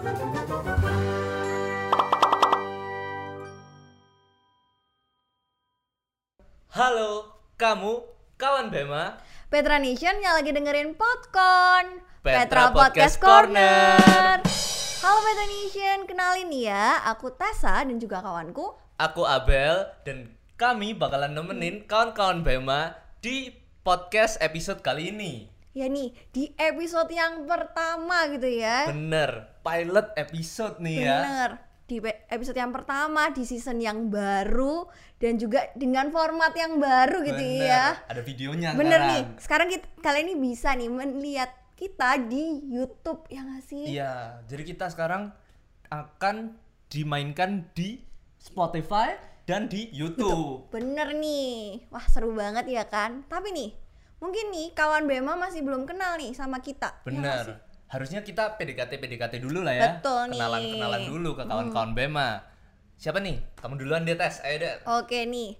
Halo, kamu kawan Bema Petra Nation yang lagi dengerin Podcon Petra Podcast Corner. Halo Petra Nation, kenalin ya, aku Tessa dan juga kawanku. Aku Abel dan kami bakalan nemenin kawan-kawan Bema di podcast episode kali ini. Ya nih, di episode yang pertama gitu ya. Bener, pilot episode nih ya. Bener, di episode yang pertama di season yang baru dan juga dengan format yang baru gitu. Bener, ya. ada videonya. Bener nih, sekarang kalian ini bisa nih melihat kita di YouTube, ya nggak sih? Iya, jadi kita sekarang akan dimainkan di Spotify dan di YouTube. Bener nih, wah seru banget ya kan. Tapi nih, mungkin nih kawan Bema masih belum kenal nih sama kita. Ya nggak sih? Bener, harusnya kita PDKT dulu lah ya. Betul nih. Kenalan dulu ke kawan-kawan Bema. Siapa nih? Kamu duluan deh, Tes. Ayo deh. Oke nih.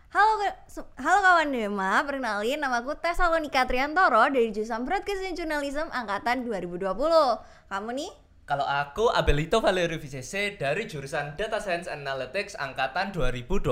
Halo kawan Bema, perkenalin namaku Tessa Lonika Triantoro dari jurusan Broadcast and Journalism angkatan 2020. Kamu nih? Kalau aku Abelito Valerio VCC dari jurusan Data Science Analytics angkatan 2021.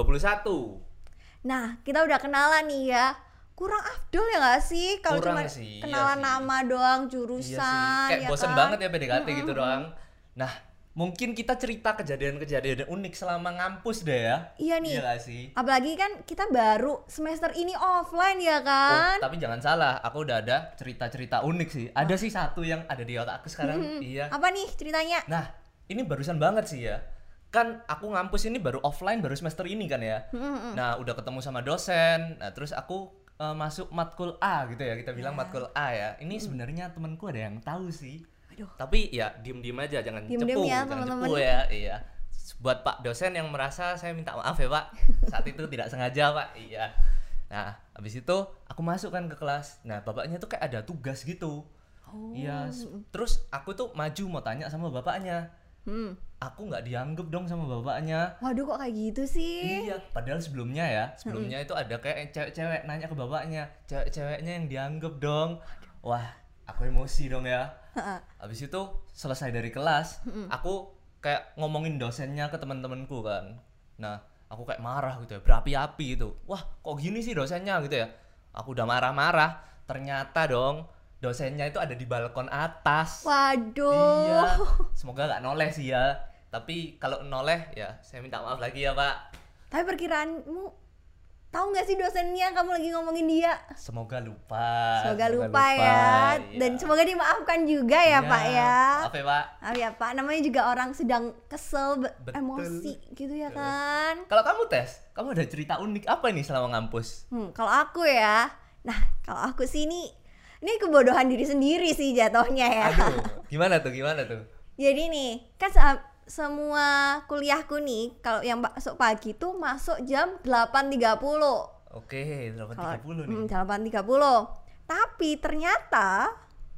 Nah, kita udah kenalan nih ya. Kurang afdol ya gak sih kalau cuma sih, kenalan iya nama doang, Iya jurusan sih, kayak ya bosen kan? banget ya PDKT gitu doang. Nah, mungkin kita cerita kejadian-kejadian unik selama ngampus deh ya. Iya nih. Iya gak sih? Apalagi kan kita baru semester ini offline ya kan? Tapi jangan salah, aku udah ada cerita-cerita unik sih. Ada sih satu yang ada di otak aku sekarang. Iya. Apa nih ceritanya? Nah, ini barusan banget sih ya. Kan aku ngampus ini baru offline, baru semester ini kan ya. Nah, udah ketemu sama dosen. Nah, terus aku masuk matkul A gitu ya. Kita bilang matkul A ya. Ini sebenarnya temanku ada yang tahu sih. Aduh. Tapi ya diem-diem aja, jangan Diem-diem cepu, ya, jangan teman-teman. cepu ya. Iya. Buat Pak dosen yang merasa saya minta maaf ya Pak. Saat itu tidak sengaja Pak. Iya. Nah, habis itu aku masuk kan ke kelas. Nah, bapaknya tuh kayak ada tugas gitu. Iya. Terus aku tuh maju mau tanya sama bapaknya. Aku nggak dianggap dong sama bapaknya. Waduh kok kayak gitu sih? Iya, padahal sebelumnya itu ada kayak cewek-cewek nanya ke bapaknya, cewek-ceweknya yang dianggap dong. Wah, aku emosi dong ya. Habis itu selesai dari kelas, aku kayak ngomongin dosennya ke teman-temanku kan. Nah, aku kayak marah gitu ya, berapi-api gitu. Wah, kok gini sih dosennya gitu ya. Aku udah marah-marah, ternyata dong dosennya itu ada di balkon atas. Waduh. Iya, semoga gak noleh sih ya. Tapi kalau noleh ya saya minta maaf lagi ya Pak. Tapi perkiraanmu tahu nggak sih dosennya kamu lagi ngomongin dia? Semoga lupa. Semoga lupa ya. Iya. Dan semoga dimaafkan juga ya Iya, Pak ya. Maaf ya Pak. Maaf ya Pak, namanya juga orang sedang kesel, Betul. emosi gitu ya kan. Kalau kamu Tes, kamu ada cerita unik apa nih selama ngampus? Kalau aku ya, nah kalau aku sih ini kebodohan diri sendiri sih jatuhnya ya. Aduh, gimana tuh? Jadi nih, kan semua kuliahku nih, kalau yang masuk pagi tuh masuk jam 8.30. Oke, 8.30 nih. 8.30. Tapi ternyata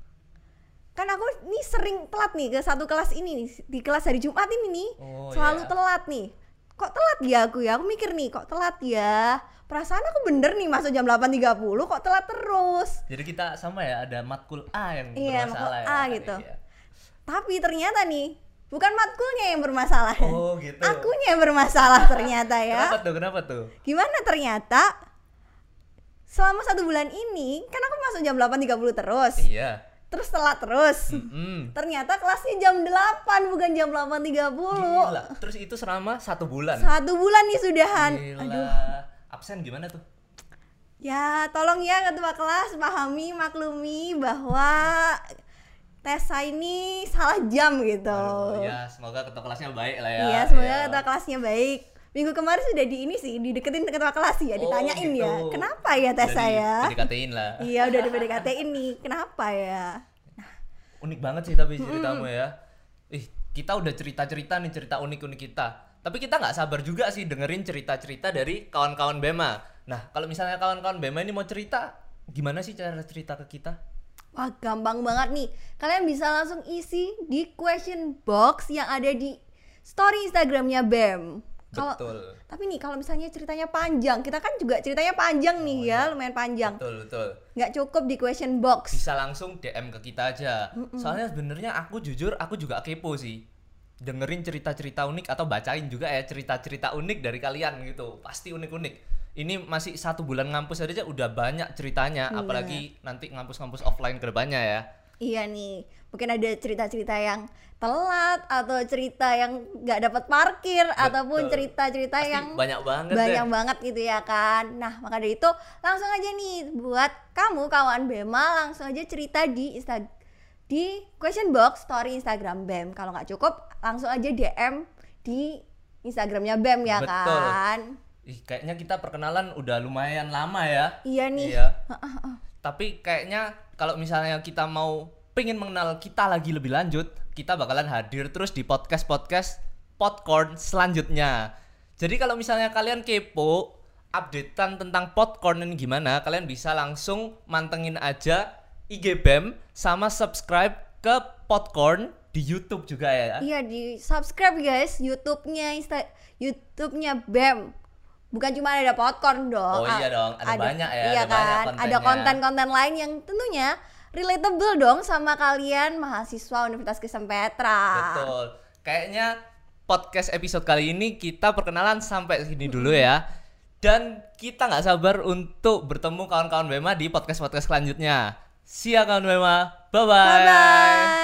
kan aku nih sering telat nih ke satu kelas ini nih, di kelas hari Jumat ini nih. Selalu telat nih. Kok telat ya aku ya? Aku mikir nih, kok telat ya? Perasaan aku bener nih masuk jam 8.30, kok telat terus. Jadi kita sama ya, ada matkul A yang Iya, bermasalah matkul A ya. gitu. Iya. Tapi ternyata nih, bukan matkulnya yang bermasalah. Oh, gitu. Akunya yang bermasalah ternyata ya. Kenapa tuh? Gimana ternyata selama 1 bulan ini kan aku masuk jam 8.30 terus. Iya. Terus telat terus. Ternyata kelasnya jam 8 bukan jam 8.30. Gila. Terus itu selama 1 bulan. 1 bulan nih sudahan. Gila. Aduh. Absen gimana tuh? Ya, tolong ya ketua kelas pahami, maklumi bahwa Tessa ini salah jam gitu. Aduh, ya semoga ketua kelasnya baik lah ya. Iya, semoga Ya. ketua kelasnya baik. Minggu kemarin sudah dideketin ketua kelas ya, ditanyain gitu. ya. Kenapa ya Tessa ya? PDKT-in lah. Iya, udah di PDKT-in nih. Kenapa ya? Unik banget sih tapi ceritamu ya. Kita udah cerita-cerita nih, cerita unik-unik kita. Tapi kita nggak sabar juga sih dengerin cerita-cerita dari kawan-kawan Bema. Nah, kalau misalnya kawan-kawan Bema ini mau cerita, gimana sih cara cerita ke kita? Wah, gampang banget nih. Kalian bisa langsung isi di question box yang ada di story Instagramnya BEM. Betul. Tapi nih kalau misalnya ceritanya panjang, kita kan juga ceritanya panjang nih ya, lumayan panjang. Betul. Nggak cukup di question box. Bisa langsung DM ke kita aja. Soalnya sebenarnya aku jujur, aku juga kepo sih. Dengerin cerita-cerita unik atau bacain juga ya cerita-cerita unik dari kalian gitu. Pasti unik-unik. Ini masih 1 bulan ngampus aja udah banyak ceritanya, apalagi nanti ngampus-ngampus offline ke depannya ya. Iya nih, mungkin ada cerita-cerita yang telat atau cerita yang nggak dapat parkir. Betul. Ataupun cerita-cerita pasti yang banyak banget gitu ya kan. Nah maka dari itu langsung aja nih buat kamu kawan Bema, langsung aja cerita di question box story Instagram BEM. Kalau nggak cukup langsung aja DM di Instagramnya BEM ya. Betul. Kan. Kayaknya kita perkenalan udah lumayan lama ya. Iya nih. Iya. Tapi kayaknya kalau misalnya kita mau pengen mengenal kita lagi lebih lanjut, kita bakalan hadir terus di podcast Podcorn selanjutnya. Jadi kalau misalnya kalian kepo updatean tentang Podcorn ini gimana, kalian bisa langsung mantengin aja IG BEM sama subscribe ke Podcorn di YouTube juga ya. Iya, di subscribe guys YouTube-nya BEM. Bukan cuma ada Podcorn dong. Oh iya dong, ada banyak ya. Iya kan, ada konten-konten lain yang tentunya relatable dong sama kalian mahasiswa Universitas Kristen Petra. Betul. Kayaknya podcast episode kali ini kita perkenalan sampai sini dulu ya. Dan kita nggak sabar untuk bertemu kawan-kawan Bema di podcast selanjutnya. See ya kawan Bema. Bye-bye. Bye-bye.